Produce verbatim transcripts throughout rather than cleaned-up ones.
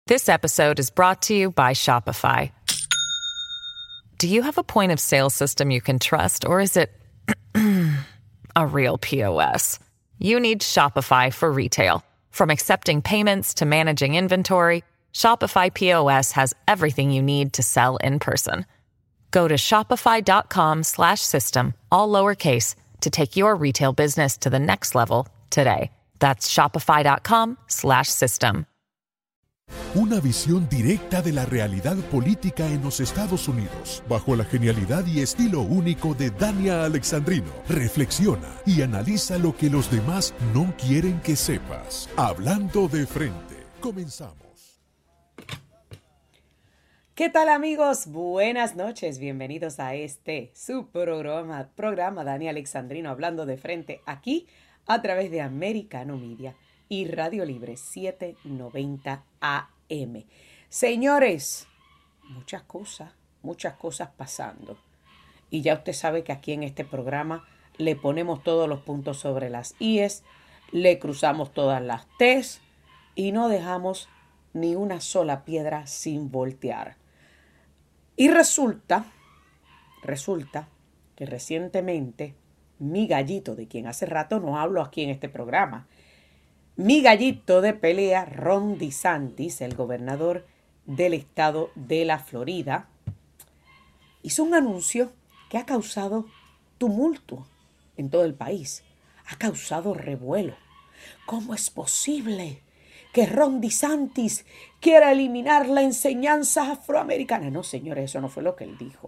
This episode is brought to you by Shopify. Do you have a point of sale system you can trust, or is it a real P O S? You need Shopify for retail. From accepting payments to managing inventory, Shopify P O S has everything you need to sell in person. Go to shopify.com slash system, all lowercase, to take your retail business to the next level today. That's shopify.com slash system. Una visión directa de la realidad política en los Estados Unidos, bajo la genialidad y estilo único de Dania Alexandrino. Reflexiona y analiza lo que los demás no quieren que sepas. Hablando de frente. Comenzamos. ¿Qué tal, amigos? Buenas noches. Bienvenidos a este su programa, programa Dania Alexandrino Hablando de Frente, aquí a través de Americano Media y Radio Libre setecientos noventa A M. Señores, muchas cosas, muchas cosas pasando. Y ya usted sabe que aquí en este programa le ponemos todos los puntos sobre las íes, le cruzamos todas las T's y no dejamos ni una sola piedra sin voltear. Y resulta, resulta que recientemente mi gallito, de quien hace rato no hablo aquí en este programa, mi gallito de pelea, Ron DeSantis, el gobernador del estado de la Florida, hizo un anuncio que ha causado tumulto en todo el país. Ha causado revuelo. ¿Cómo es posible que Ron DeSantis quiera eliminar la enseñanza afroamericana? No, señores, eso no fue lo que él dijo.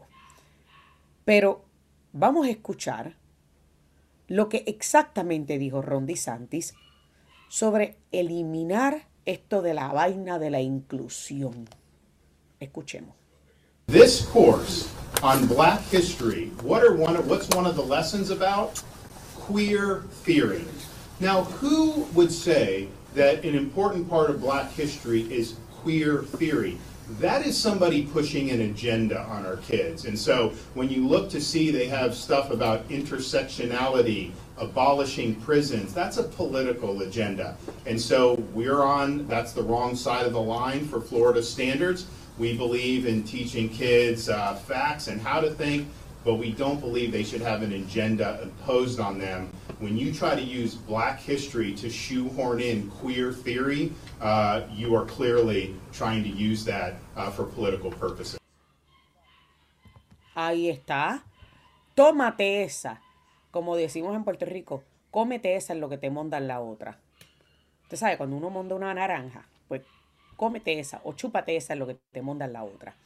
Pero vamos a escuchar lo que exactamente dijo Ron DeSantis sobre eliminar esto de la vaina de la inclusión. Escuchemos. This course on Black history, what are one of, what's one of the lessons about? Queer theory. Now, who would say that an important part of Black history is queer theory? That is somebody pushing an agenda on our kids. And so when you look to see they have stuff about intersectionality, abolishing prisons, that's a political agenda. And so we're on, that's the wrong side of the line for Florida standards. We believe in teaching kids uh, facts and how to think, but we don't believe they should have an agenda imposed on them. When you try to use Black history to shoehorn in queer theory, uh, you are clearly trying to use that uh, for political purposes. Ahí está. Tómate esa. Como decimos en Puerto Rico, cómete esa en lo que te mondan la otra. Usted sabe, cuando uno monda una naranja, pues cómete esa o chúpate esa en lo que te mondan la otra.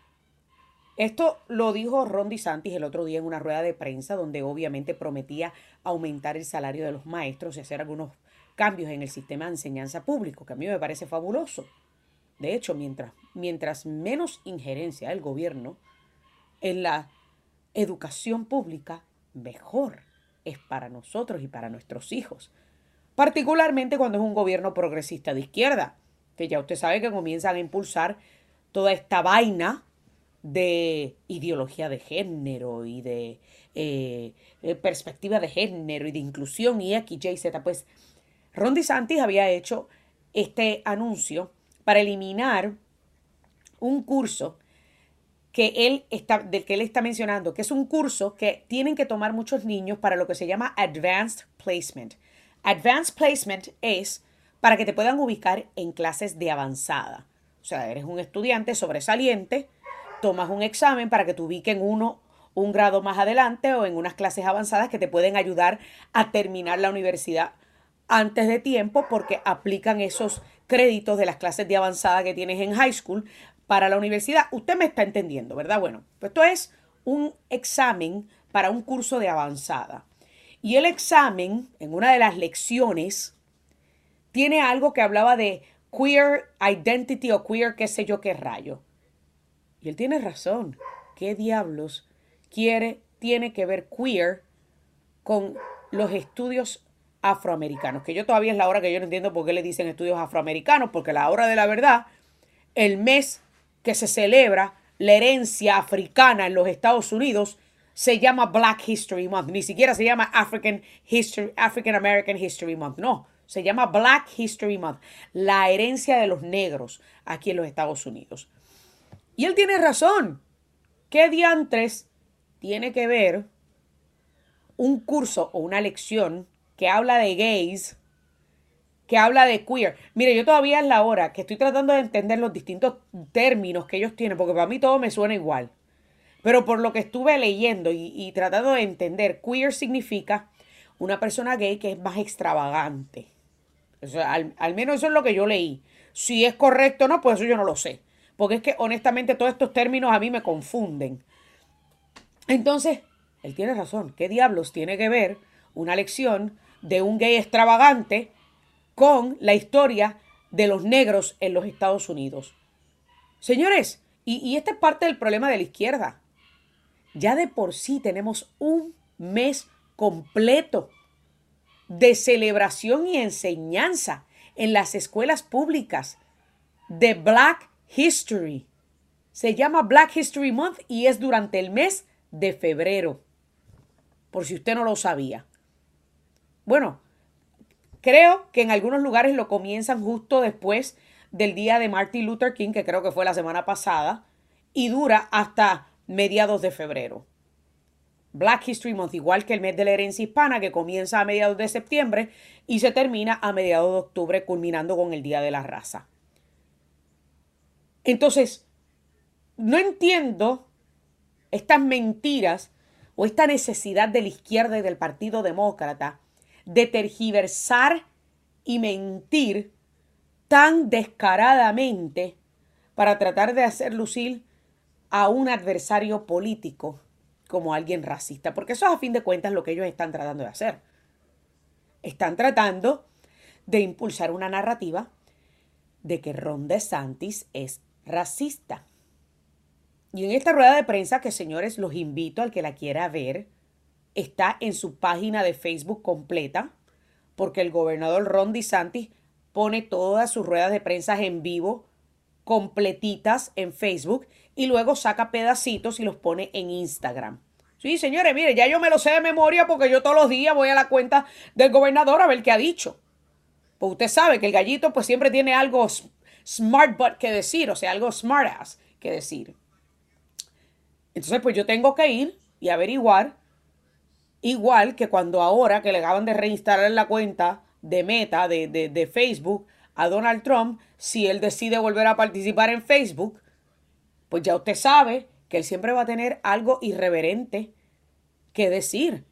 Esto lo dijo Ron DeSantis el otro día en una rueda de prensa donde obviamente prometía aumentar el salario de los maestros y hacer algunos cambios en el sistema de enseñanza público, que a mí me parece fabuloso. De hecho, mientras, mientras menos injerencia del gobierno en la educación pública, mejor es para nosotros y para nuestros hijos. Particularmente cuando es un gobierno progresista de izquierda, que ya usted sabe que comienzan a impulsar toda esta vaina de ideología de género y de eh, perspectiva de género y de inclusión y X, Y, Z. Pues Ron DeSantis había hecho este anuncio para eliminar un curso que él está, del que él está mencionando, que es un curso que tienen que tomar muchos niños para lo que se llama Advanced Placement. Advanced Placement es para que te puedan ubicar en clases de avanzada. O sea, eres un estudiante sobresaliente, tomas un examen para que te ubiquen uno, un grado más adelante o en unas clases avanzadas que te pueden ayudar a terminar la universidad antes de tiempo porque aplican esos créditos de las clases de avanzada que tienes en high school para la universidad. Usted me está entendiendo, ¿verdad? Bueno, pues esto es un examen para un curso de avanzada. Y el examen, en una de las lecciones, tiene algo que hablaba de queer identity o queer qué sé yo qué rayo. Y él tiene razón. ¿Qué diablos quiere, tiene que ver queer con los estudios afroamericanos? Que yo todavía es la hora que yo no entiendo por qué le dicen estudios afroamericanos, porque a la hora de la verdad, el mes que se celebra la herencia africana en los Estados Unidos se llama Black History Month. Ni siquiera se llama African History, African American History Month. No, Se llama Black History Month, la herencia de los negros aquí en los Estados Unidos. Y él tiene razón. ¿Qué diantres tiene que ver un curso o una lección que habla de gays, que habla de queer? Mire, yo todavía es la hora que estoy tratando de entender los distintos términos que ellos tienen, porque para mí todo me suena igual. Pero por lo que estuve leyendo y, y tratando de entender, queer significa una persona gay que es más extravagante. O sea, al, al menos eso es lo que yo leí. Si es correcto o no, pues eso yo no lo sé. Porque es que honestamente todos estos términos a mí me confunden. Entonces, él tiene razón. ¿Qué diablos tiene que ver una lección de un gay extravagante con la historia de los negros en los Estados Unidos? Señores, y, y esta es parte del problema de la izquierda. Ya de por sí tenemos un mes completo de celebración y enseñanza en las escuelas públicas de Black History. Se llama Black History Month y es durante el mes de febrero, por si usted no lo sabía. Bueno, creo que en algunos lugares lo comienzan justo después del día de Martin Luther King, que creo que fue la semana pasada, y dura hasta mediados de febrero. Black History Month, igual que el mes de la herencia hispana, que comienza a mediados de septiembre y se termina a mediados de octubre, culminando con el Día de la Raza. Entonces, no entiendo estas mentiras o esta necesidad de la izquierda y del Partido Demócrata de tergiversar y mentir tan descaradamente para tratar de hacer lucir a un adversario político como alguien racista, porque eso es a fin de cuentas lo que ellos están tratando de hacer. Están tratando de impulsar una narrativa de que Ron DeSantis es racista. Y en esta rueda de prensa, que señores, los invito al que la quiera ver, está en su página de Facebook completa, porque el gobernador Ron DeSantis pone todas sus ruedas de prensa en vivo, completitas en Facebook, y luego saca pedacitos y los pone en Instagram. Sí, señores, mire, ya yo me lo sé de memoria porque yo todos los días voy a la cuenta del gobernador a ver qué ha dicho. Pues usted sabe que el gallito pues siempre tiene algo smart butt que decir, o sea, algo smart ass que decir. Entonces, pues yo tengo que ir y averiguar, igual que cuando ahora que le acaban de reinstalar la cuenta de Meta, de, de, de Facebook, a Donald Trump, si él decide volver a participar en Facebook, pues ya usted sabe que él siempre va a tener algo irreverente que decir.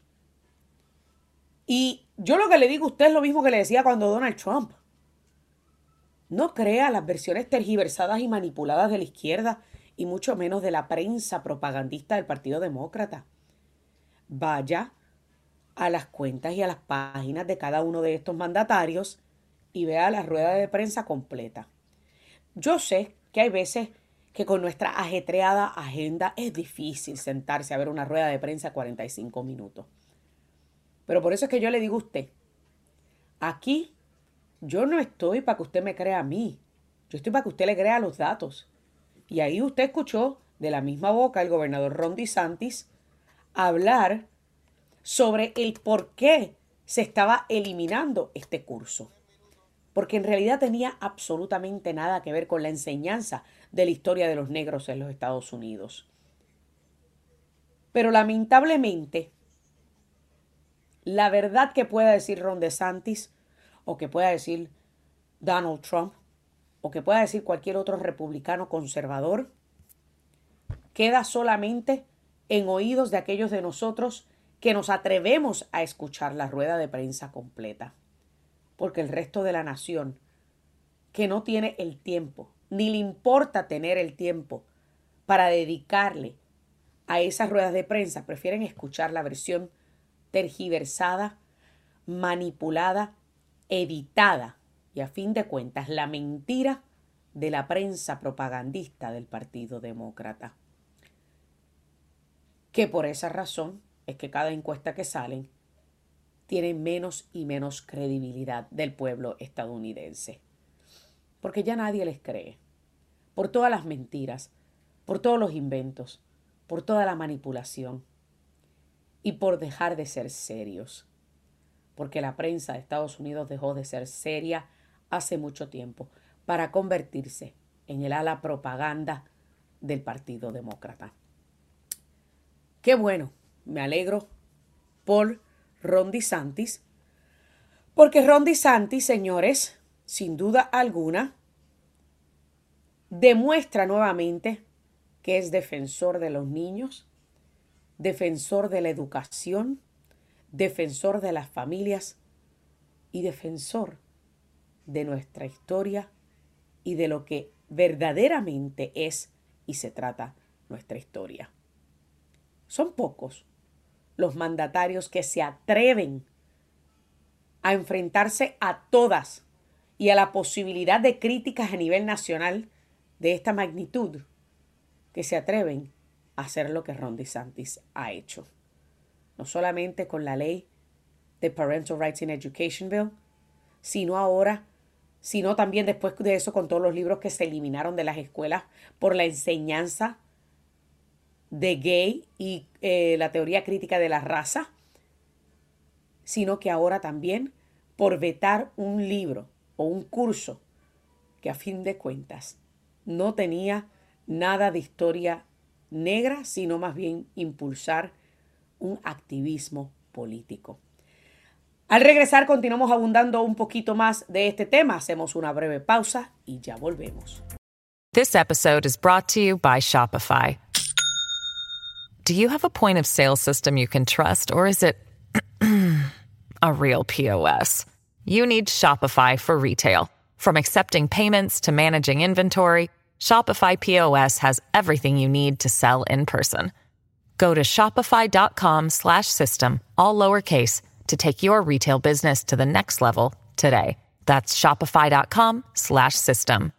Y yo lo que le digo a usted es lo mismo que le decía cuando Donald Trump. No crea las versiones tergiversadas y manipuladas de la izquierda y mucho menos de la prensa propagandista del Partido Demócrata. Vaya a las cuentas y a las páginas de cada uno de estos mandatarios y vea la rueda de prensa completa. Yo sé que hay veces que con nuestra ajetreada agenda es difícil sentarse a ver una rueda de prensa cuarenta y cinco minutos. Pero por eso es que yo le digo a usted, aquí yo no estoy para que usted me crea a mí, yo estoy para que usted le crea los datos. Y ahí usted escuchó de la misma boca el gobernador Ron DeSantis hablar sobre el por qué se estaba eliminando este curso. Porque en realidad tenía absolutamente nada que ver con la enseñanza de la historia de los negros en los Estados Unidos. Pero lamentablemente, la verdad que pueda decir Ron DeSantis, o que pueda decir Donald Trump, o que pueda decir cualquier otro republicano conservador, queda solamente en oídos de aquellos de nosotros que nos atrevemos a escuchar la rueda de prensa completa. Porque el resto de la nación, que no tiene el tiempo, ni le importa tener el tiempo para dedicarle a esas ruedas de prensa, prefieren escuchar la versión tergiversada, manipulada, editada y a fin de cuentas la mentira de la prensa propagandista del Partido Demócrata. Que por esa razón es que cada encuesta que salen tiene menos y menos credibilidad del pueblo estadounidense. Porque ya nadie les cree. Por todas las mentiras, por todos los inventos, por toda la manipulación y por dejar de ser serios. porque la prensa de Estados Unidos dejó de ser seria hace mucho tiempo para convertirse en el ala propaganda del Partido Demócrata. Qué bueno, me alegro por Ron DeSantis, porque Ron DeSantis, señores, sin duda alguna, demuestra nuevamente que es defensor de los niños, defensor de la educación, defensor de las familias y defensor de nuestra historia y de lo que verdaderamente es y se trata nuestra historia. Son pocos los mandatarios que se atreven a enfrentarse a todas y a la posibilidad de críticas a nivel nacional de esta magnitud, que se atreven a hacer lo que Ron DeSantis ha hecho. No solamente con la ley de Parental Rights in Education Bill, sino ahora, sino también después de eso con todos los libros que se eliminaron de las escuelas por la enseñanza de gay y eh, la teoría crítica de la raza, sino que ahora también por vetar un libro o un curso que a fin de cuentas no tenía nada de historia negra, sino más bien impulsar un activismo político. Al regresar continuamos abundando un poquito más de este tema. Hacemos una breve pausa y ya volvemos. This episode is brought to you by Shopify. Do you have a point of sale system you can trust, or is it a real P O S? You need Shopify for retail. From accepting payments to managing inventory, Shopify P O S has everything you need to sell in person. Go to shopify.com slash system, all lowercase, to take your retail business to the next level today. That's shopify.com slash system.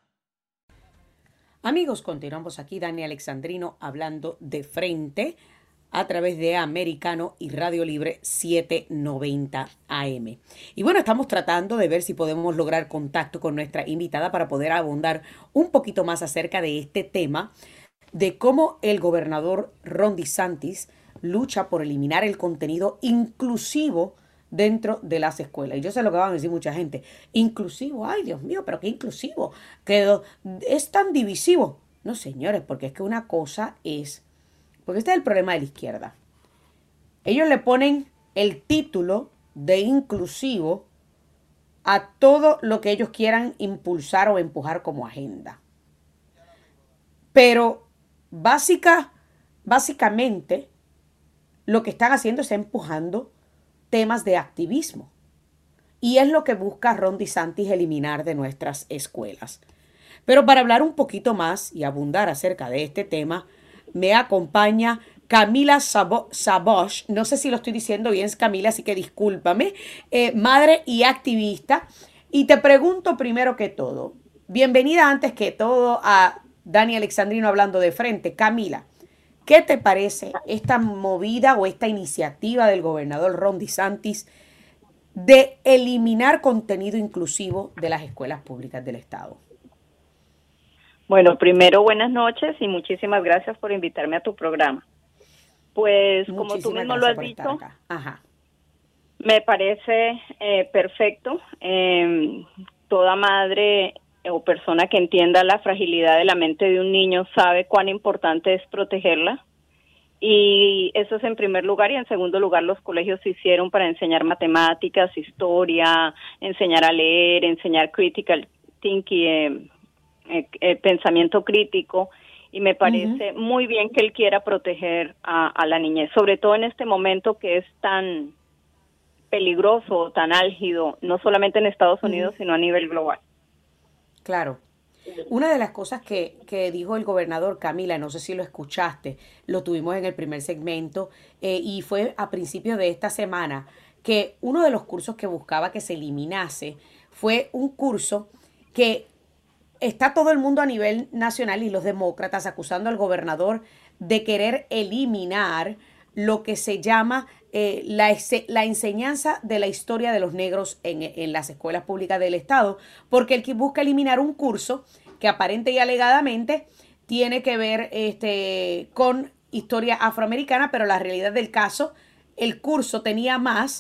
Amigos, continuamos aquí, Dani Alexandrino, hablando de frente a través de Americano y Radio Libre setecientos noventa A M. Y bueno, estamos tratando de ver si podemos lograr contacto con nuestra invitada para poder abundar un poquito más acerca de este tema, de cómo el gobernador Ron DeSantis lucha por eliminar el contenido inclusivo dentro de las escuelas. Y yo sé lo que van a decir mucha gente. Inclusivo, ay Dios mío, pero qué inclusivo. Que es tan divisivo. No, señores, porque es que una cosa es... Porque este es el problema de la izquierda. Ellos le ponen el título de inclusivo a todo lo que ellos quieran impulsar o empujar como agenda. Pero básica, básicamente lo que están haciendo es empujando temas de activismo. Y es lo que busca Ron DeSantis eliminar de nuestras escuelas. Pero para hablar un poquito más y abundar acerca de este tema, me acompaña Camila Sabosh. No sé si lo estoy diciendo bien, Camila, así que discúlpame. Eh, madre y activista. Y te pregunto primero que todo, bienvenida antes que todo a Dani Alexandrino hablando de frente. Camila, ¿qué te parece esta movida o esta iniciativa del gobernador Ron DeSantis de eliminar contenido inclusivo de las escuelas públicas del estado? Bueno, primero buenas noches y muchísimas gracias por invitarme a tu programa. Pues muchísimas como tú mismo lo has dicho, Ajá. me parece eh, perfecto. Eh, toda madre o persona que entienda la fragilidad de la mente de un niño sabe cuán importante es protegerla. Y eso es en primer lugar, y en segundo lugar los colegios se hicieron para enseñar matemáticas, historia, enseñar a leer, enseñar critical thinking, eh, eh, eh, pensamiento crítico, y me parece uh-huh. muy bien que él quiera proteger a, a la niñez, sobre todo en este momento que es tan peligroso, tan álgido, no solamente en Estados Unidos, uh-huh. sino a nivel global. Claro. Una de las cosas que, que dijo el gobernador, Camila, no sé si lo escuchaste, lo tuvimos en el primer segmento, eh, y fue a principios de esta semana, que uno de los cursos que buscaba que se eliminase fue un curso que está todo el mundo a nivel nacional y los demócratas acusando al gobernador de querer eliminar lo que se llama eh, la, la enseñanza de la historia de los negros en, en las escuelas públicas del estado, porque él busca eliminar un curso que aparente y alegadamente tiene que ver este, con historia afroamericana, pero la realidad del caso, el curso tenía más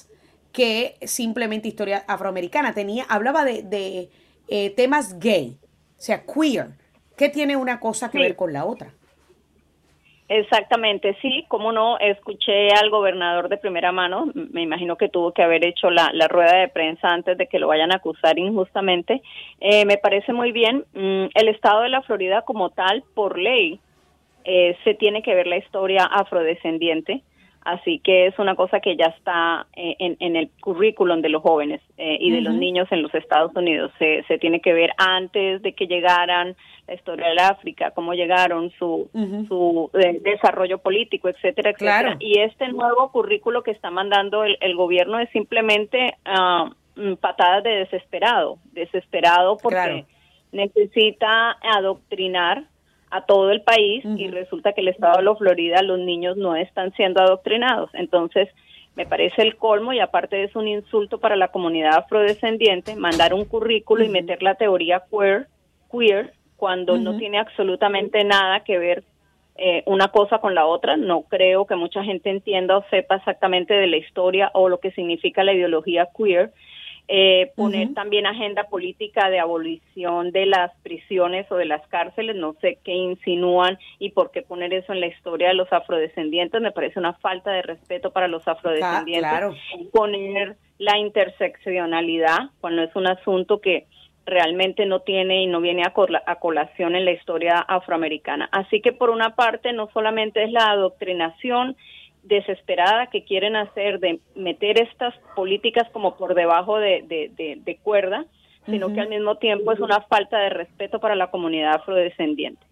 que simplemente historia afroamericana. Tenía, hablaba de, de eh, temas gay, o sea, queer. ¿Qué tiene una cosa que sí. ver con la otra? Exactamente, sí, cómo no, escuché al gobernador de primera mano, me imagino que tuvo que haber hecho la, la rueda de prensa antes de que lo vayan a acusar injustamente. Eh, me parece muy bien, mm, el estado de la Florida como tal, por ley, eh, se tiene que ver la historia afrodescendiente, así que es una cosa que ya está eh, en, en el currículum de los jóvenes eh, y de uh-huh. los niños en los Estados Unidos. Se, se tiene que ver antes de que llegaran, la historia del África, cómo llegaron, su, uh-huh. su eh, desarrollo político, etcétera, etcétera. Claro. Y este nuevo currículo que está mandando el, el gobierno es simplemente uh, patadas de desesperado, desesperado porque claro. necesita adoctrinar a todo el país uh-huh. y resulta que el estado de la Florida los niños no están siendo adoctrinados. Entonces, me parece el colmo y aparte es un insulto para la comunidad afrodescendiente mandar un currículo uh-huh. y meter la teoría queer, queer cuando uh-huh. no tiene absolutamente nada que ver eh, una cosa con la otra. No creo que mucha gente entienda o sepa exactamente de la historia o lo que significa la ideología queer. Eh, poner uh-huh. también agenda política de abolición de las prisiones o de las cárceles, no sé qué insinúan y por qué poner eso en la historia de los afrodescendientes, me parece una falta de respeto para los afrodescendientes. Ah, claro. Poner la interseccionalidad cuando es un asunto que realmente no tiene y no viene a, col- a colación en la historia afroamericana. Así que por una parte no solamente es la adoctrinación desesperada que quieren hacer de meter estas políticas como por debajo de, de, de, de cuerda, sino uh-huh. que al mismo tiempo es una falta de respeto para la comunidad afrodescendiente.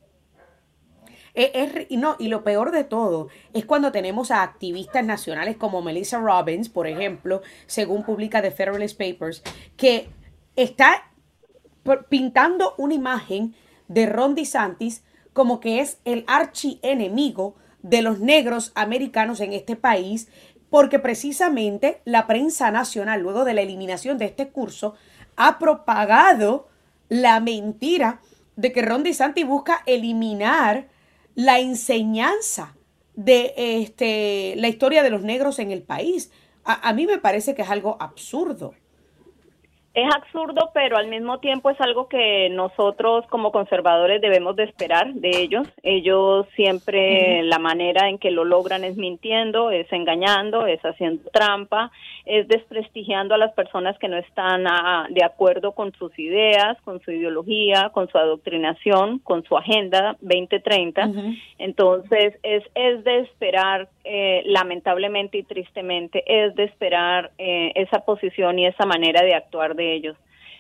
Es, es, y, no, y lo peor de todo es cuando tenemos a activistas nacionales como Melissa Robbins, por ejemplo, según publica The Federalist Papers, que está pintando una imagen de Ron DeSantis como que es el archienemigo de los negros americanos en este país, porque precisamente la prensa nacional, luego de la eliminación de este curso, ha propagado la mentira de que Ron DeSantis busca eliminar la enseñanza de este, la historia de los negros en el país. A, a mí me parece que es algo absurdo. Es absurdo, pero al mismo tiempo es algo que nosotros como conservadores debemos de esperar de ellos. Ellos siempre, uh-huh. la manera en que lo logran es mintiendo, es engañando, es haciendo trampa, es desprestigiando a las personas que no están a, de acuerdo con sus ideas, con su ideología, con su adoctrinación, con su agenda veinte treinta. Uh-huh. Entonces, es, es de esperar, eh, lamentablemente y tristemente, es de esperar eh, esa posición y esa manera de actuar de ellos,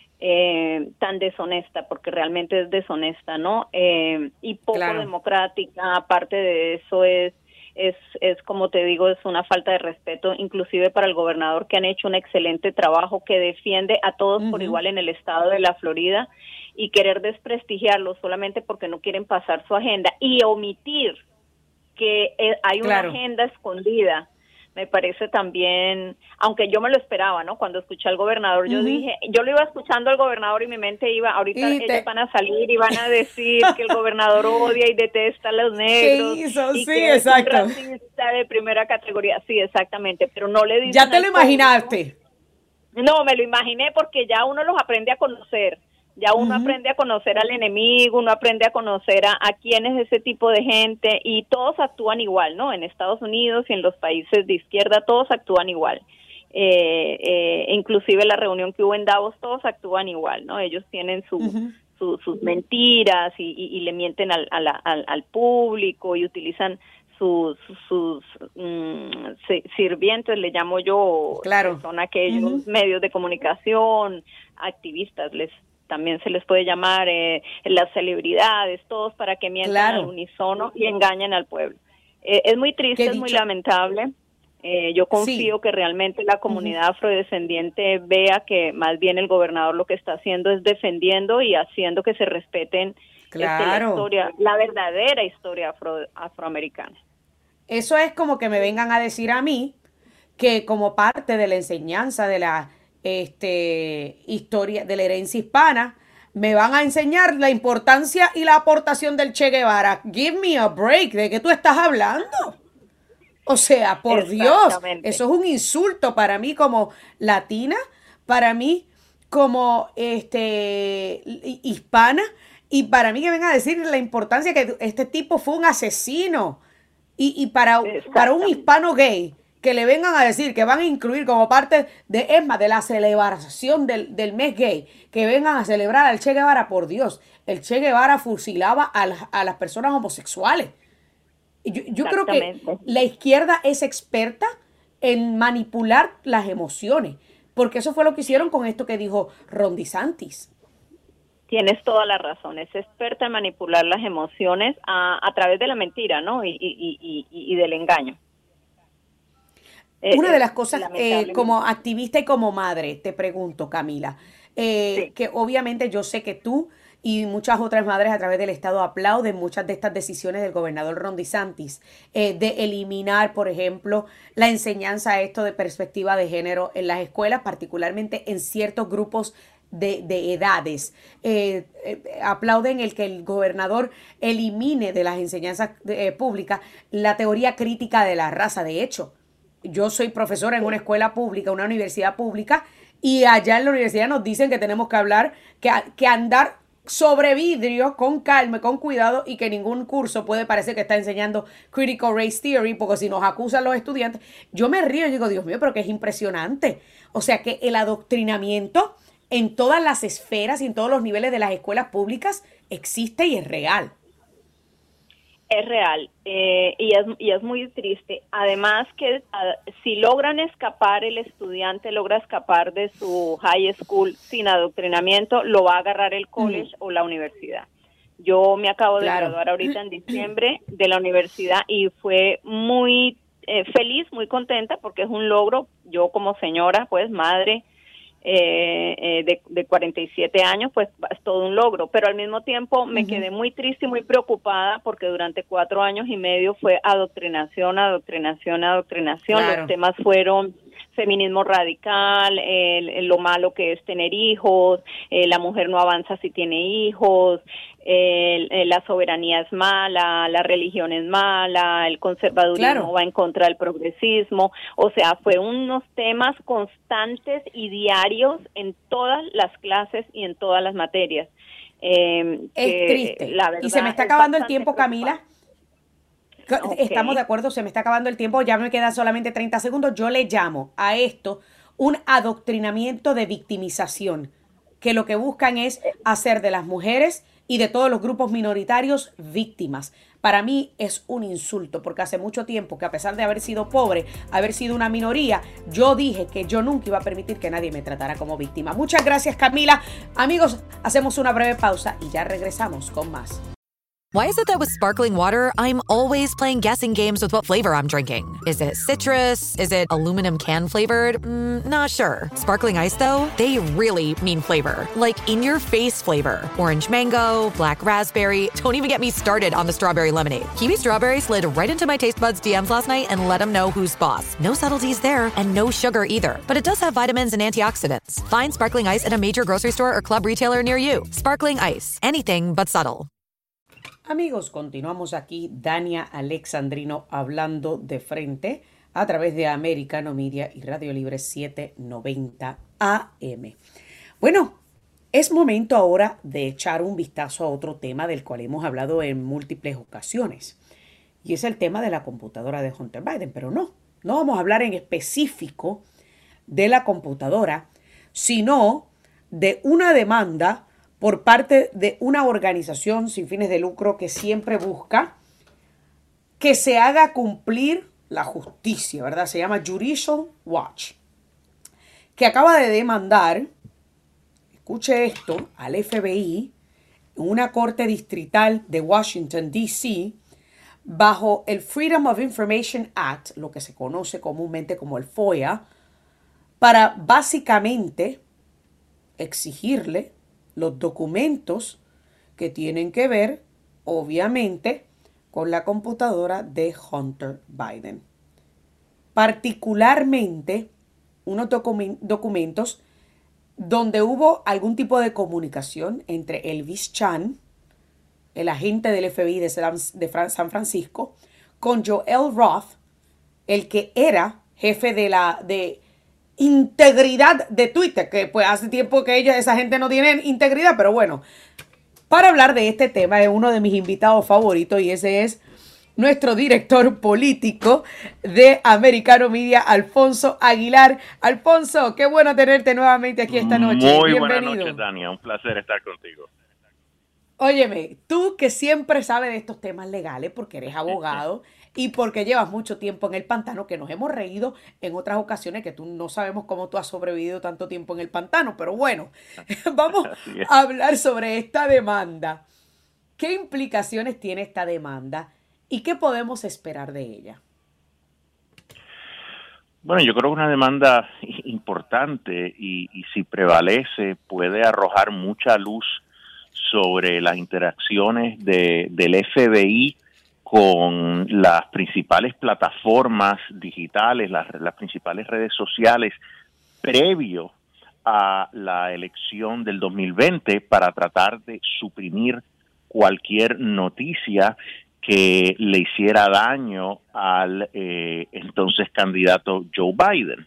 eh, tan deshonesta, porque realmente es deshonesta, ¿no? Eh, y poco claro. democrática. Aparte de eso es, es, es como te digo, es una falta de respeto, inclusive para el gobernador, que han hecho un excelente trabajo, que defiende a todos uh-huh. por igual en el estado de la Florida, y querer desprestigiarlo solamente porque no quieren pasar su agenda y omitir que eh, hay una claro. agenda escondida. Me parece también, aunque yo me lo esperaba, ¿no? Cuando escuché al gobernador, yo uh-huh. dije, yo lo iba escuchando al gobernador y mi mente iba, ahorita y ellos te... van a salir y van a decir que el gobernador odia y detesta a los negros. ¿Qué hizo? Y sí, que exacto. Es un racista de primera categoría. Sí, exactamente, pero no le dicen. ¿Ya te lo imaginaste? Público. No, me lo imaginé porque ya uno los aprende a conocer. Ya uno uh-huh. aprende a conocer al enemigo, uno aprende a conocer a, a quién es ese tipo de gente, y todos actúan igual, ¿no? En Estados Unidos y en los países de izquierda todos actúan igual. Eh, eh, inclusive la reunión que hubo en Davos, todos actúan igual, ¿no? Ellos tienen su, uh-huh. su, sus mentiras y, y, y le mienten al, al, al, al público y utilizan sus, sus um, sirvientes, le llamo yo, claro. son aquellos uh-huh. medios de comunicación, activistas, les también se les puede llamar eh, las celebridades, todos para que mientan claro. al unísono y engañen al pueblo. Eh, es muy triste, es muy lamentable. Eh, yo confío sí. que realmente la comunidad uh-huh. afrodescendiente vea que más bien el gobernador lo que está haciendo es defendiendo y haciendo que se respeten claro. este, la historia, la verdadera historia afro, afroamericana. Eso es como que me vengan a decir a mí que como parte de la enseñanza de la este historia de la herencia hispana me van a enseñar la importancia y la aportación del Che Guevara. Give me a break. ¿De qué tú estás hablando? O sea, por Dios, eso es un insulto para mí como latina, para mí como este hispana, y para mí que venga a decir la importancia que este tipo fue un asesino. Y, y para, para un hispano gay, que le vengan a decir que van a incluir como parte de, es más, de la celebración del, del mes gay, que vengan a celebrar al Che Guevara, por Dios, el Che Guevara fusilaba a, la, a las personas homosexuales. Yo, yo creo que la izquierda es experta en manipular las emociones, porque eso fue lo que hicieron con esto que dijo Ron DeSantis. Tienes toda la razón, es experta en manipular las emociones a, a través de la mentira, ¿no? Y, y, y, y, y del engaño. Una eh, de las cosas, eh, como activista y como madre, te pregunto, Camila, eh, sí. que obviamente yo sé que tú y muchas otras madres a través del Estado aplauden muchas de estas decisiones del gobernador Ron DeSantis, eh, de eliminar, por ejemplo, la enseñanza esto de perspectiva de género en las escuelas, particularmente en ciertos grupos de, de edades. Eh, eh, aplauden el que el gobernador elimine de las enseñanzas eh, públicas la teoría crítica de la raza. De hecho, yo soy profesora en una escuela pública, una universidad pública, y allá en la universidad nos dicen que tenemos que hablar, que, que andar sobre vidrio con calma, con cuidado, y que ningún curso puede parecer que está enseñando Critical Race Theory, porque si nos acusan los estudiantes, yo me río y digo, Dios mío, pero que es impresionante. O sea que el adoctrinamiento en todas las esferas y en todos los niveles de las escuelas públicas existe y es real. Es real, eh, y, es, y es muy triste. Además que uh, si logran escapar, el estudiante logra escapar de su high school sin adoctrinamiento, lo va a agarrar el college mm. o la universidad. Yo me acabo de claro. graduar ahorita en diciembre de la universidad y fue muy eh, feliz, muy contenta porque es un logro. Yo como señora, pues madre, Eh, eh, de, de cuarenta y siete años, pues es todo un logro, pero al mismo tiempo me uh-huh. quedé muy triste y muy preocupada porque durante cuatro años y medio fue adoctrinación, adoctrinación, adoctrinación. Claro. Los temas fueron feminismo radical, eh, lo malo que es tener hijos, eh, la mujer no avanza si tiene hijos, eh, eh, la soberanía es mala, la religión es mala, el conservadurismo claro. va en contra del progresismo. O sea, fue unos temas constantes y diarios en todas las clases y en todas las materias. Eh, es triste. La verdad, y se me está acabando el tiempo, Camila. Okay. Estamos de acuerdo, se me está acabando el tiempo, ya me quedan solamente treinta segundos. Yo le llamo a esto un adoctrinamiento de victimización, que lo que buscan es hacer de las mujeres y de todos los grupos minoritarios víctimas. Para mí es un insulto, porque hace mucho tiempo que, a pesar de haber sido pobre, haber sido una minoría, yo dije que yo nunca iba a permitir que nadie me tratara como víctima. Muchas gracias, Camila. Amigos, hacemos una breve pausa y ya regresamos con más. Why is it that with sparkling water, I'm always playing guessing games with what flavor I'm drinking? Is it citrus? Is it aluminum can flavored? Mm, not sure. Sparkling Ice, though, they really mean flavor. Like in-your-face flavor. Orange mango, black raspberry. Don't even get me started on the strawberry lemonade. Kiwi Strawberry slid right into my taste buds D Ms last night and let them know who's boss. No subtleties there, and no sugar either. But it does have vitamins and antioxidants. Find Sparkling Ice at a major grocery store or club retailer near you. Sparkling Ice. Anything but subtle. Amigos, continuamos aquí, Dania Alexandrino, hablando de frente a través de Americano Media y Radio Libre setecientos noventa A M. Bueno, es momento ahora de echar un vistazo a otro tema del cual hemos hablado en múltiples ocasiones, y es el tema de la computadora de Hunter Biden. Pero no, no vamos a hablar en específico de la computadora, sino de una demanda por parte de una organización sin fines de lucro que siempre busca que se haga cumplir la justicia, ¿verdad? Se llama Judicial Watch, que acaba de demandar, escuche esto, al F B I en una corte distrital de Washington, D C, bajo el Freedom of Information Act, lo que se conoce comúnmente como el FOIA, para básicamente exigirle los documentos que tienen que ver, obviamente, con la computadora de Hunter Biden. Particularmente, unos docu- documentos donde hubo algún tipo de comunicación entre Elvis Chan, el agente del F B I de San, de San Francisco, con Joel Roth, el que era jefe de la de integridad de Twitter, que pues hace tiempo que ellos, esa gente no tiene integridad, pero bueno, para hablar de este tema es uno de mis invitados favoritos y ese es nuestro director político de Americano Media, Alfonso Aguilar. Alfonso, qué bueno tenerte nuevamente aquí esta noche. Muy Bienvenido. buenas noches, Dania. Un placer estar contigo. Óyeme, tú que siempre sabes de estos temas legales porque eres abogado y porque llevas mucho tiempo en el pantano, que nos hemos reído en otras ocasiones que tú no sabemos cómo tú has sobrevivido tanto tiempo en el pantano, pero bueno, vamos a hablar sobre esta demanda. ¿Qué implicaciones tiene esta demanda y qué podemos esperar de ella? Bueno, yo creo que una demanda importante y, y si prevalece puede arrojar mucha luz sobre las interacciones de, del F B I con las principales plataformas digitales, las, las principales redes sociales, previo a la elección del dos mil veinte para tratar de suprimir cualquier noticia que le hiciera daño al eh, entonces candidato Joe Biden.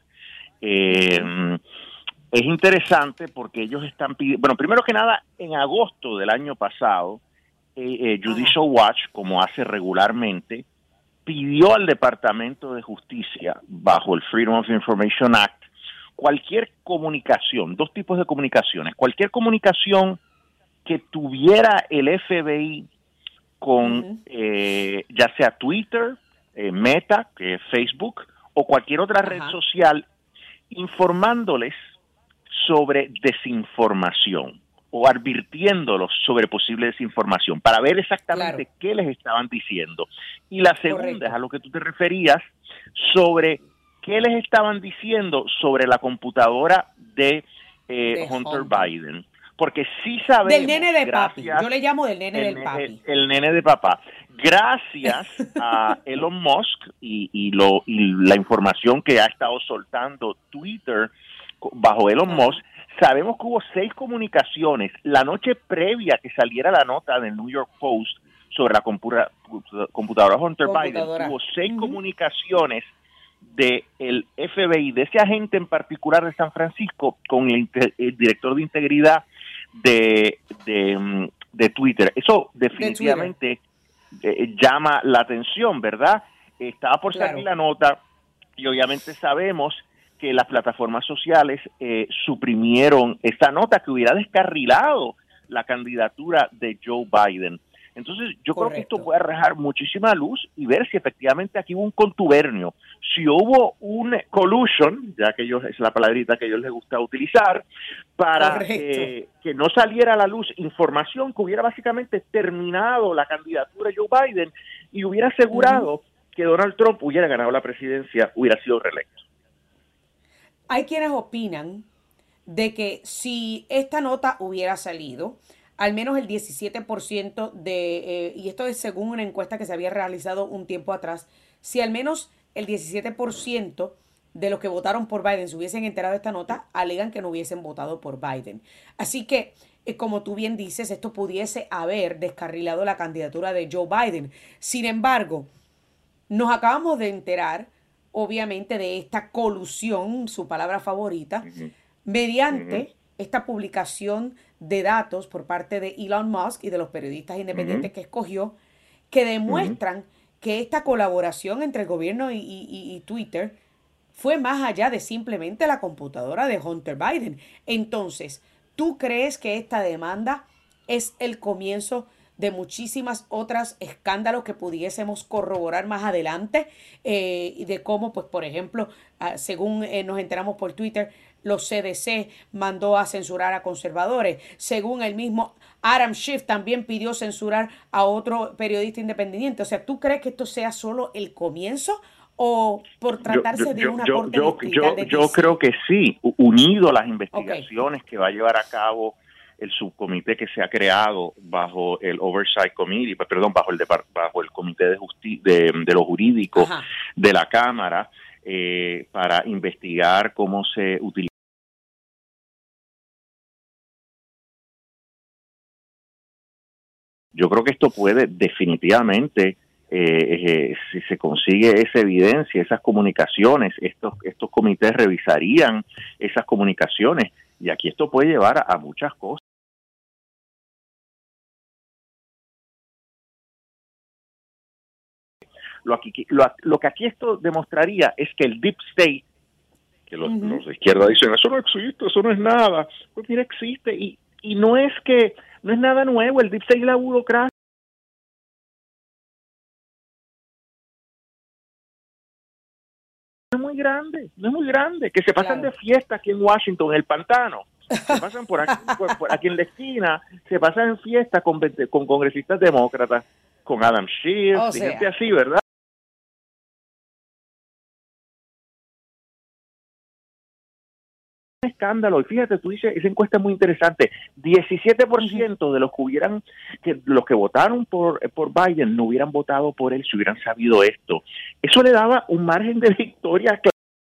Eh, Es interesante porque ellos están pidiendo, bueno, primero que nada, en agosto del año pasado, eh, eh, Judicial Watch, como hace regularmente, pidió al Departamento de Justicia, bajo el Freedom of Information Act, cualquier comunicación, dos tipos de comunicaciones, cualquier comunicación que tuviera el F B I con uh-huh. eh, ya sea Twitter, eh, Meta, que es Facebook, o cualquier otra uh-huh. red social, informándoles sobre desinformación o advirtiéndolos sobre posible desinformación para ver exactamente claro. qué les estaban diciendo. Y la segunda Correcto. Es a lo que tú te referías sobre qué les estaban diciendo sobre la computadora de, eh, de Hunter, Hunter Biden. Porque sí sabemos... Del nene de gracias, papi. Yo le llamo del nene el, del papi. El, el nene de papá. Gracias a Elon Musk y, y, lo, y la información que ha estado soltando Twitter bajo Elon Musk, sabemos que hubo seis comunicaciones la noche previa que saliera la nota del New York Post sobre la computa, computadora Hunter computadora. Biden. Hubo seis uh-huh. comunicaciones del F B I, de ese agente en particular de San Francisco, con el, el director de integridad de, de, de Twitter. Eso definitivamente de eh, llama la atención, ¿verdad? Estaba por claro. salir la nota y obviamente sabemos que las plataformas sociales eh, suprimieron esta nota que hubiera descarrilado la candidatura de Joe Biden. Entonces, yo Correcto. Creo que esto puede arrojar muchísima luz y ver si efectivamente aquí hubo un contubernio, si hubo un collusion, ya que ellos es la palabrita que a ellos les gusta utilizar, para eh, que no saliera a la luz información que hubiera básicamente terminado la candidatura de Joe Biden y hubiera asegurado uh-huh. que Donald Trump hubiera ganado la presidencia, hubiera sido reelecto. Hay quienes opinan de que si esta nota hubiera salido, al menos el diecisiete por ciento de, eh, y esto es según una encuesta que se había realizado un tiempo atrás, si al menos el diecisiete por ciento de los que votaron por Biden se hubiesen enterado de esta nota, alegan que no hubiesen votado por Biden. Así que, eh, como tú bien dices, esto pudiese haber descarrilado la candidatura de Joe Biden. Sin embargo, nos acabamos de enterar obviamente de esta colusión, su palabra favorita, uh-huh. mediante uh-huh. esta publicación de datos por parte de Elon Musk y de los periodistas independientes uh-huh. que escogió, que demuestran uh-huh. que esta colaboración entre el gobierno y, y, y Twitter fue más allá de simplemente la computadora de Hunter Biden. Entonces, ¿tú crees que esta demanda es el comienzo de muchísimas otras escándalos que pudiésemos corroborar más adelante, eh, y de cómo, pues, por ejemplo, uh, según eh, nos enteramos por Twitter, los C D C mandó a censurar a conservadores. Según el mismo Adam Schiff también pidió censurar a otro periodista independiente. O sea, ¿tú crees que esto sea solo el comienzo o por tratarse yo, yo, de una yo, corte yo, distrital yo, de yo creo que sí, unido a las investigaciones okay. que va a llevar a cabo el subcomité que se ha creado bajo el Oversight Committee, perdón, bajo el bajo el Comité de, Justi- de, de lo Jurídico Ajá. de la Cámara, eh, para investigar cómo se utiliza. Yo creo que esto puede definitivamente eh, eh, si se consigue esa evidencia, esas comunicaciones, estos, estos comités revisarían esas comunicaciones, y aquí esto puede llevar a, a muchas cosas. Lo, aquí, lo, lo que aquí esto demostraría es que el Deep State, que los, uh-huh. los de izquierda dicen, eso no existe, eso no es nada, pues mira, existe, y, y no es que, no es nada nuevo, el Deep State y la burocracia no es muy grande, no es muy grande, que se pasan claro. de fiesta aquí en Washington, en el pantano, se pasan por aquí, por, por aquí en la esquina, se pasan en fiesta con, con congresistas demócratas, con Adam Schiff, o sea, y gente así, ¿verdad? Escándalo, y fíjate, tú dices, esa encuesta es muy interesante, diecisiete por ciento uh-huh. de los que hubieran, que los que votaron por, por Biden no hubieran votado por él si hubieran sabido esto. Eso le daba un margen de victoria claro.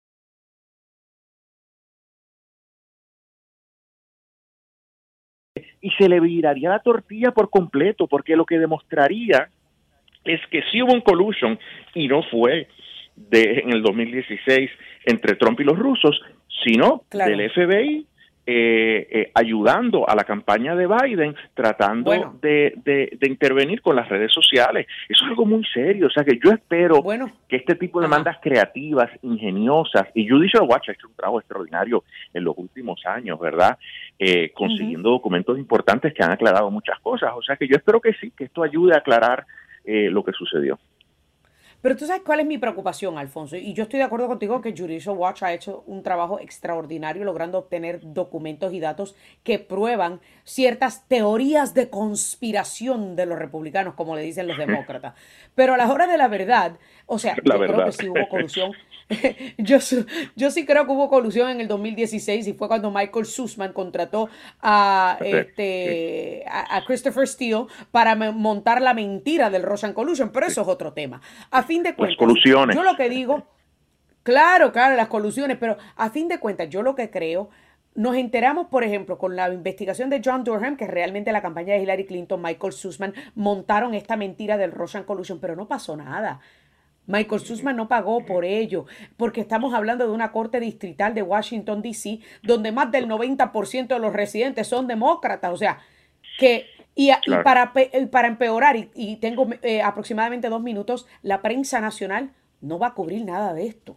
Y se le viraría la tortilla por completo, porque lo que demostraría es que sí hubo un collusion, y no fue de en el dos mil dieciséis entre Trump y los rusos, sino claro. del F B I eh, eh, ayudando a la campaña de Biden, tratando bueno. de, de, de intervenir con las redes sociales. Eso es algo muy serio. O sea que yo espero bueno. que este tipo de demandas creativas, ingeniosas, y Judicial Watch ha hecho un trabajo extraordinario en los últimos años, ¿verdad? Eh, consiguiendo uh-huh. documentos importantes que han aclarado muchas cosas. O sea que yo espero que sí, que esto ayude a aclarar eh, lo que sucedió. Pero tú sabes cuál es mi preocupación, Alfonso, y yo estoy de acuerdo contigo que Judicial Watch ha hecho un trabajo extraordinario logrando obtener documentos y datos que prueban ciertas teorías de conspiración de los republicanos, como le dicen los demócratas. Pero a las horas de la verdad, o sea, la yo verdad. creo que sí hubo colusión. yo, yo sí creo que hubo colusión en el dos mil dieciséis, y fue cuando Michael Sussman contrató a, este, a, a Christopher Steele para montar la mentira del Russian Collusion, pero eso es otro tema. A fin de cuentas, las colusiones. Yo lo que digo, claro, claro, las colusiones, pero a fin de cuentas, yo lo que creo, nos enteramos, por ejemplo, con la investigación de John Durham, que realmente la campaña de Hillary Clinton, Michael Sussman, montaron esta mentira del Russian Collusion, pero no pasó nada. Michael Sussman no pagó por ello, porque estamos hablando de una corte distrital de Washington, D C, donde más del noventa por ciento de los residentes son demócratas, o sea, que... Y, claro. y para, para empeorar, y, y tengo eh, aproximadamente dos minutos, la prensa nacional no va a cubrir nada de esto.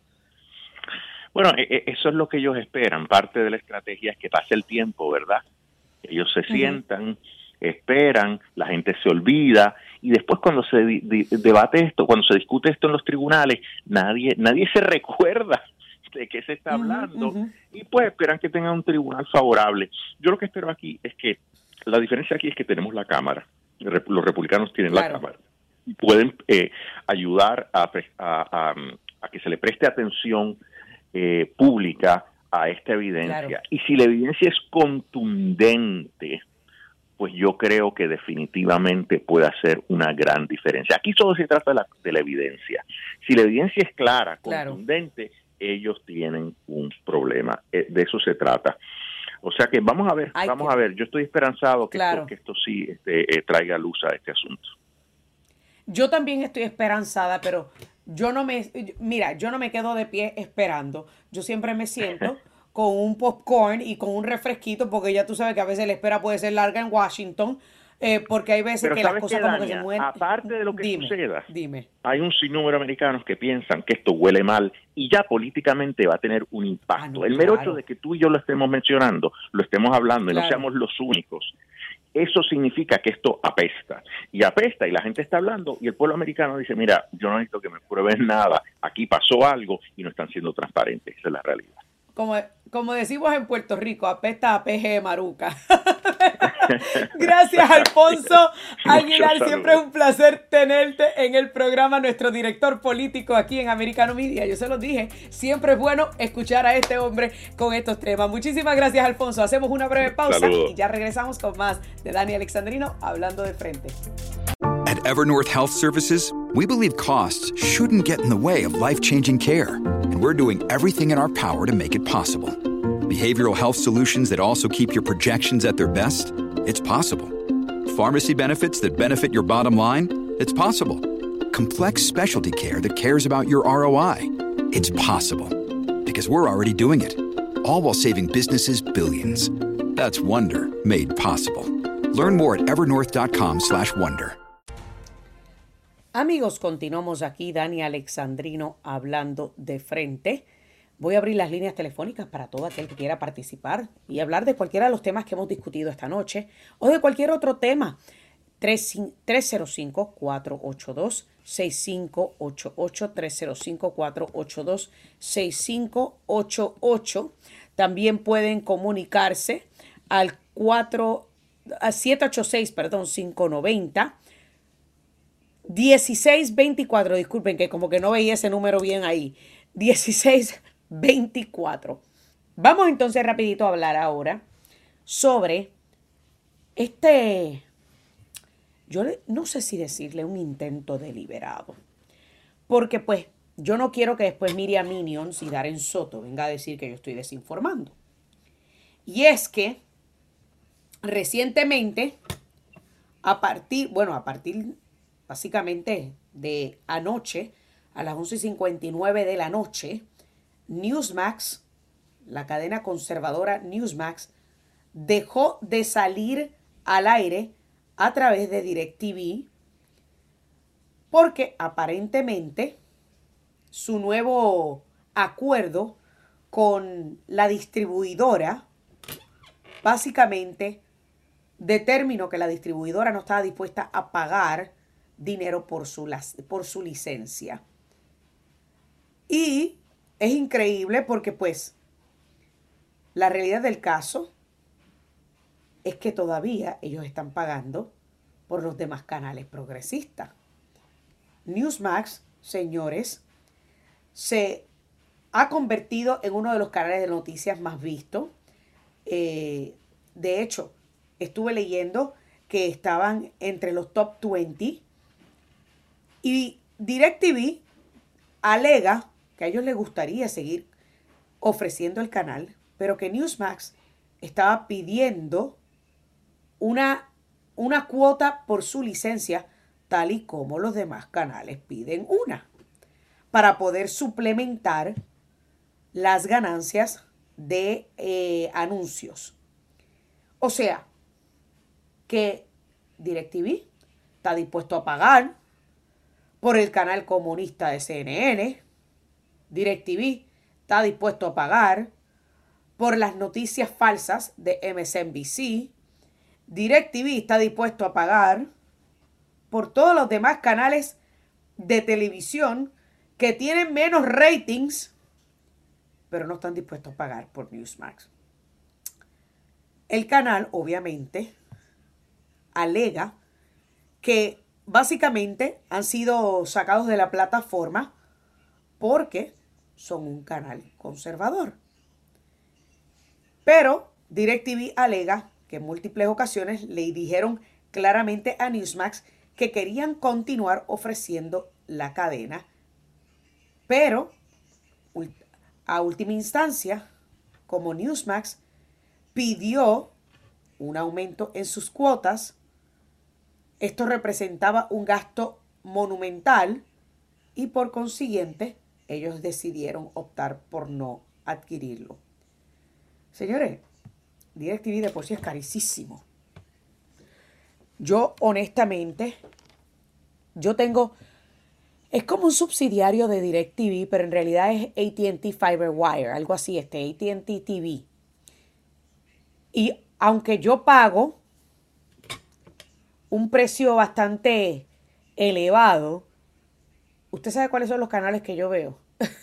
Bueno, eso es lo que ellos esperan. Parte de la estrategia es que pase el tiempo, ¿verdad? Ellos se uh-huh. sientan, esperan, la gente se olvida, y después cuando se di- di- debate esto, cuando se discute esto en los tribunales, nadie, nadie se recuerda de qué se está hablando, uh-huh. y pues esperan que tengan un tribunal favorable. Yo lo que espero aquí es que la diferencia aquí es que tenemos la Cámara, los republicanos tienen claro. la Cámara, y pueden eh, ayudar a, a, a, a que se le preste atención eh, pública a esta evidencia. Claro. Y si la evidencia es contundente, pues yo creo que definitivamente puede hacer una gran diferencia. Aquí solo se trata de la, de la evidencia. Si la evidencia es clara, contundente, claro. ellos tienen un problema. Eh, de eso se trata. O sea que vamos a ver, Ay, vamos que... a ver. Yo estoy esperanzado que, claro. esto, que esto sí este, eh, traiga luz a este asunto. Yo también estoy esperanzada, pero yo no me, mira, yo no me quedo de pie esperando. Yo siempre me siento con un popcorn y con un refresquito, porque ya tú sabes que a veces la espera puede ser larga en Washington, eh, porque hay veces pero que las cosas qué, como Dania, que se mueven. Aparte de lo que dime, suceda, dime. hay un sinnúmero de americanos que piensan que esto huele mal y ya políticamente va a tener un impacto. Ah, no, El mero claro. hecho de que tú y yo lo estemos mencionando, lo estemos hablando y claro. no seamos los únicos, eso significa que esto apesta. Y apesta y la gente está hablando y el pueblo americano dice, mira, yo no necesito que me prueben nada, aquí pasó algo y no están siendo transparentes. Esa es la realidad. Como, como decimos en Puerto Rico, apesta a peje de maruca. Gracias, Alfonso Aguilar. Siempre es un placer tenerte en el programa, nuestro director político aquí en Americano Media. Yo se los dije, siempre es bueno escuchar a este hombre con estos temas. Muchísimas gracias, Alfonso. Hacemos una breve pausa Saludos. y ya regresamos con más de Dani Alexandrino hablando de frente. At Evernorth Health Services, we believe costs shouldn't get in the way of life-changing care, and we're doing everything in our power to make it possible. Behavioral health solutions that also keep your projections at their best? It's possible. Pharmacy benefits that benefit your bottom line? It's possible. Complex specialty care that cares about your R O I. It's possible because we're already doing it, all while saving businesses billions. That's Wonder made possible. Learn more at evernorth.com slash wonder. Amigos, continuamos aquí, Dani Alexandrino hablando de frente. Voy a abrir las líneas telefónicas para todo aquel que quiera participar y hablar de cualquiera de los temas que hemos discutido esta noche o de cualquier otro tema. tres cero cinco, cuatro ocho dos, seis cinco ocho ocho, tres cero cinco, cuatro ocho dos, seis cinco ocho ocho. También pueden comunicarse al siete ocho seis, perdón, cinco nueve cero, dieciséis veinticuatro. Disculpen que como que no veía ese número bien ahí. dieciséis veinticuatro. Vamos entonces rapidito a hablar ahora sobre este, yo no sé si decirle un intento deliberado, porque pues yo no quiero que después Miriam Minions y Darren Soto venga a decir que yo estoy desinformando. Y es que recientemente, a partir, bueno, a partir básicamente de anoche, a las once y cincuenta y nueve de la noche, Newsmax, la cadena conservadora Newsmax, dejó de salir al aire a través de DirecTV porque aparentemente su nuevo acuerdo con la distribuidora básicamente determinó que la distribuidora no estaba dispuesta a pagar dinero por su, por su licencia. Y es increíble porque pues la realidad del caso es que todavía ellos están pagando por los demás canales progresistas. Newsmax, señores, se ha convertido en uno de los canales de noticias más vistos. Eh, de hecho, estuve leyendo que estaban entre los top veinte y DirecTV alega que a ellos les gustaría seguir ofreciendo el canal, pero que Newsmax estaba pidiendo una, una cuota por su licencia, tal y como los demás canales piden una, para poder suplementar las ganancias de eh, anuncios. O sea, que DirecTV está dispuesto a pagar por el canal comunista de C N N. DirecTV está dispuesto a pagar por las noticias falsas de M S N B C. DirecTV está dispuesto a pagar por todos los demás canales de televisión que tienen menos ratings, pero no están dispuestos a pagar por Newsmax. El canal, obviamente, alega que básicamente han sido sacados de la plataforma porque son un canal conservador. Pero DirecTV alega que en múltiples ocasiones le dijeron claramente a Newsmax que querían continuar ofreciendo la cadena, pero a última instancia, como Newsmax pidió un aumento en sus cuotas, esto representaba un gasto monumental y por consiguiente ellos decidieron optar por no adquirirlo. Señores, DirecTV de por sí es carísimo. Yo honestamente, yo tengo, es como un subsidiario de DirecTV, pero en realidad es A T and T FiberWire, algo así, este A T and T T V. Y aunque yo pago un precio bastante elevado, ¿usted sabe cuáles son los canales que yo veo?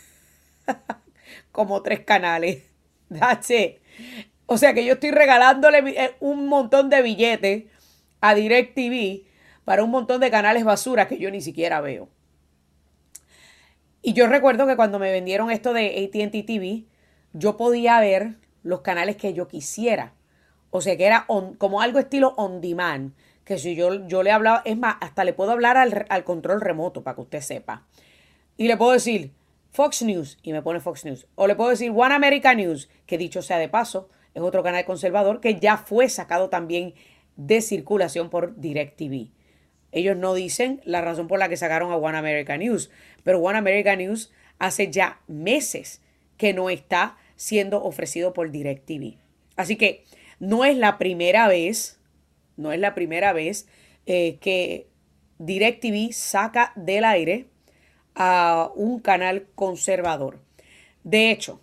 Como tres canales. That's it. O sea que yo estoy regalándole un montón de billetes a DirecTV para un montón de canales basura que yo ni siquiera veo. Y yo recuerdo que cuando me vendieron esto de A T and T T V, yo podía ver los canales que yo quisiera. O sea que era on, como algo estilo on demand. Que si yo, yo le hablaba, es más, hasta le puedo hablar al, al control remoto para que usted sepa. Y le puedo decir Fox News y me pone Fox News. O le puedo decir One America News, que dicho sea de paso, es otro canal conservador que ya fue sacado también de circulación por DirecTV. Ellos no dicen la razón por la que sacaron a One America News, pero One America News hace ya meses que no está siendo ofrecido por DirecTV. Así que no es la primera vez, no es la primera vez eh, que DirecTV saca del aire a un canal conservador. De hecho,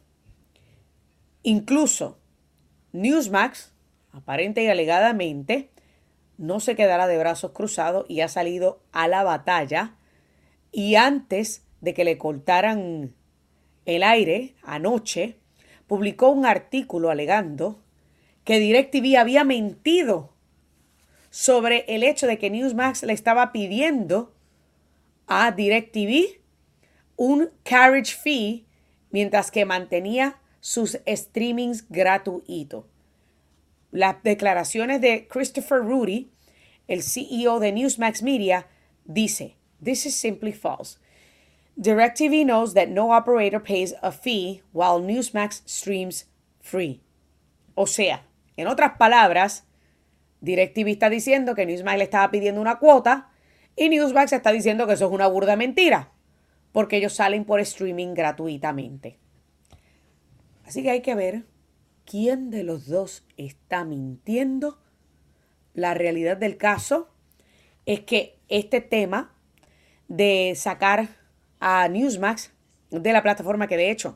incluso Newsmax, aparente y alegadamente, no se quedará de brazos cruzados y ha salido a la batalla. Y antes de que le cortaran el aire, anoche, publicó un artículo alegando que DirecTV había mentido sobre el hecho de que Newsmax le estaba pidiendo a DirecTV un carriage fee mientras que mantenía sus streamings gratuitos. Las declaraciones de Christopher Rudy, el C E O de Newsmax Media, dice, "This is simply false. DirecTV knows that no operator pays a fee while Newsmax streams free." O sea, en otras palabras, DirecTV está diciendo que Newsmax le estaba pidiendo una cuota y Newsmax está diciendo que eso es una burda mentira, porque ellos salen por streaming gratuitamente. Así que hay que ver quién de los dos está mintiendo. La realidad del caso es que este tema de sacar a Newsmax de la plataforma, que de hecho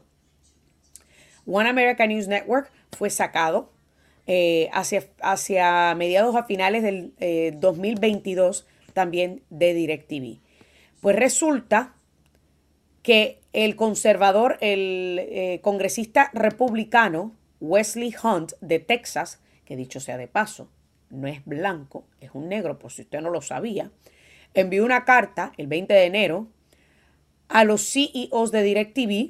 One America News Network fue sacado eh, hacia, hacia mediados a finales del eh, dos mil veintidós también de DirecTV. Pues resulta que el conservador, el eh, congresista republicano Wesley Hunt de Texas, que dicho sea de paso, no es blanco, es un negro, por si usted no lo sabía, envió una carta el veinte de enero a los C E Os de DirecTV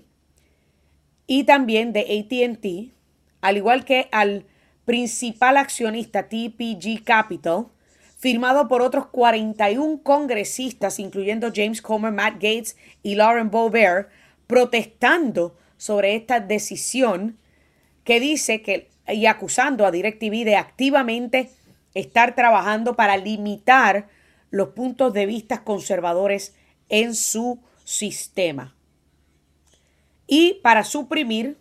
y también de A T and T, al igual que al principal accionista T P G Capital, firmado por otros cuarenta y uno congresistas, incluyendo James Comer, Matt Gaetz y Lauren Boebert, protestando sobre esta decisión que dice que, y acusando a DirecTV de activamente estar trabajando para limitar los puntos de vista conservadores en su sistema y para suprimir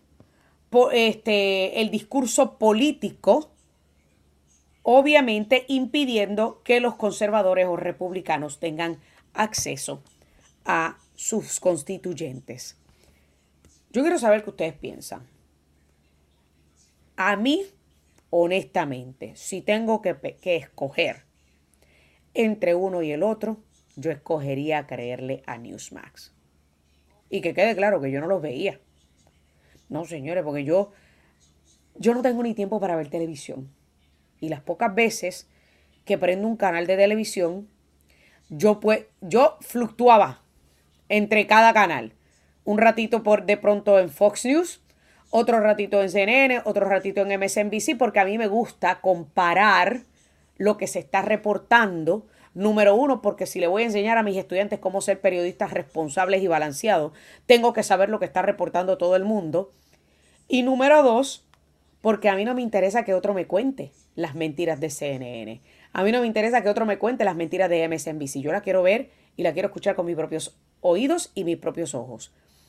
este, el discurso político, obviamente impidiendo que los conservadores o republicanos tengan acceso a sus constituyentes. Yo quiero saber qué ustedes piensan. A mí, honestamente, si tengo que, que escoger entre uno y el otro, yo escogería creerle a Newsmax. Y que quede claro que yo no los veía. No, señores, porque yo, yo no tengo ni tiempo para ver televisión. Y las pocas veces que prendo un canal de televisión, yo, pues, yo fluctuaba entre cada canal. Un ratito por de pronto en Fox News, otro ratito en C N N, otro ratito en M S N B C, porque a mí me gusta comparar lo que se está reportando. Número uno, porque si le voy a enseñar a mis estudiantes cómo ser periodistas responsables y balanceados, tengo que saber lo que está reportando todo el mundo. Y número dos, porque a mí no me interesa que otro me cuente las mentiras de C N N. A mí no me interesa que otro me cuente las mentiras de M S N B C. Yo la quiero ver y la quiero escuchar con mis propios oídos y mis propios ojos.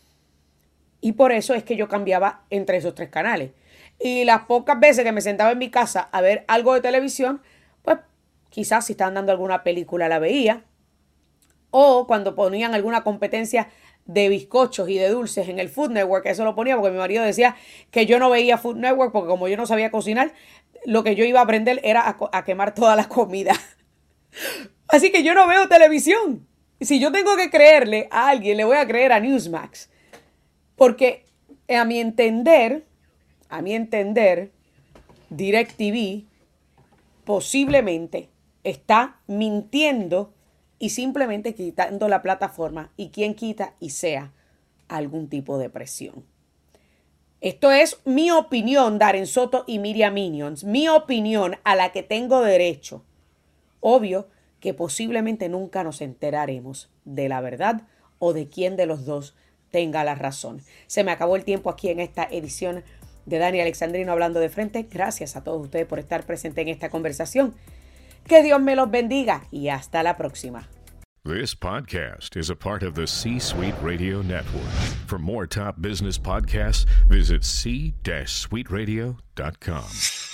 Y por eso es que yo cambiaba entre esos tres canales. Y las pocas veces que me sentaba en mi casa a ver algo de televisión, pues quizás si estaban dando alguna película la veía. O cuando ponían alguna competencia de bizcochos y de dulces en el Food Network, eso lo ponía porque mi marido decía que yo no veía Food Network porque como yo no sabía cocinar, lo que yo iba a aprender era a, a quemar toda la comida. Así que yo no veo televisión. Si yo tengo que creerle a alguien, le voy a creer a Newsmax. Porque a mi entender, a mi entender, DirecTV posiblemente está mintiendo y simplemente quitando la plataforma, y quien quita y sea algún tipo de presión. Esto es mi opinión, Darren Soto y Miriam Minions, mi opinión a la que tengo derecho. Obvio que posiblemente nunca nos enteraremos de la verdad o de quién de los dos tenga la razón. Se me acabó el tiempo aquí en esta edición de Dani Alexandrino Hablando de Frente. Gracias a todos ustedes por estar presentes en esta conversación. Que Dios me los bendiga y hasta la próxima. This podcast is a part of the C-Suite Radio Network. For more top business podcasts, visit c suite radio dot com.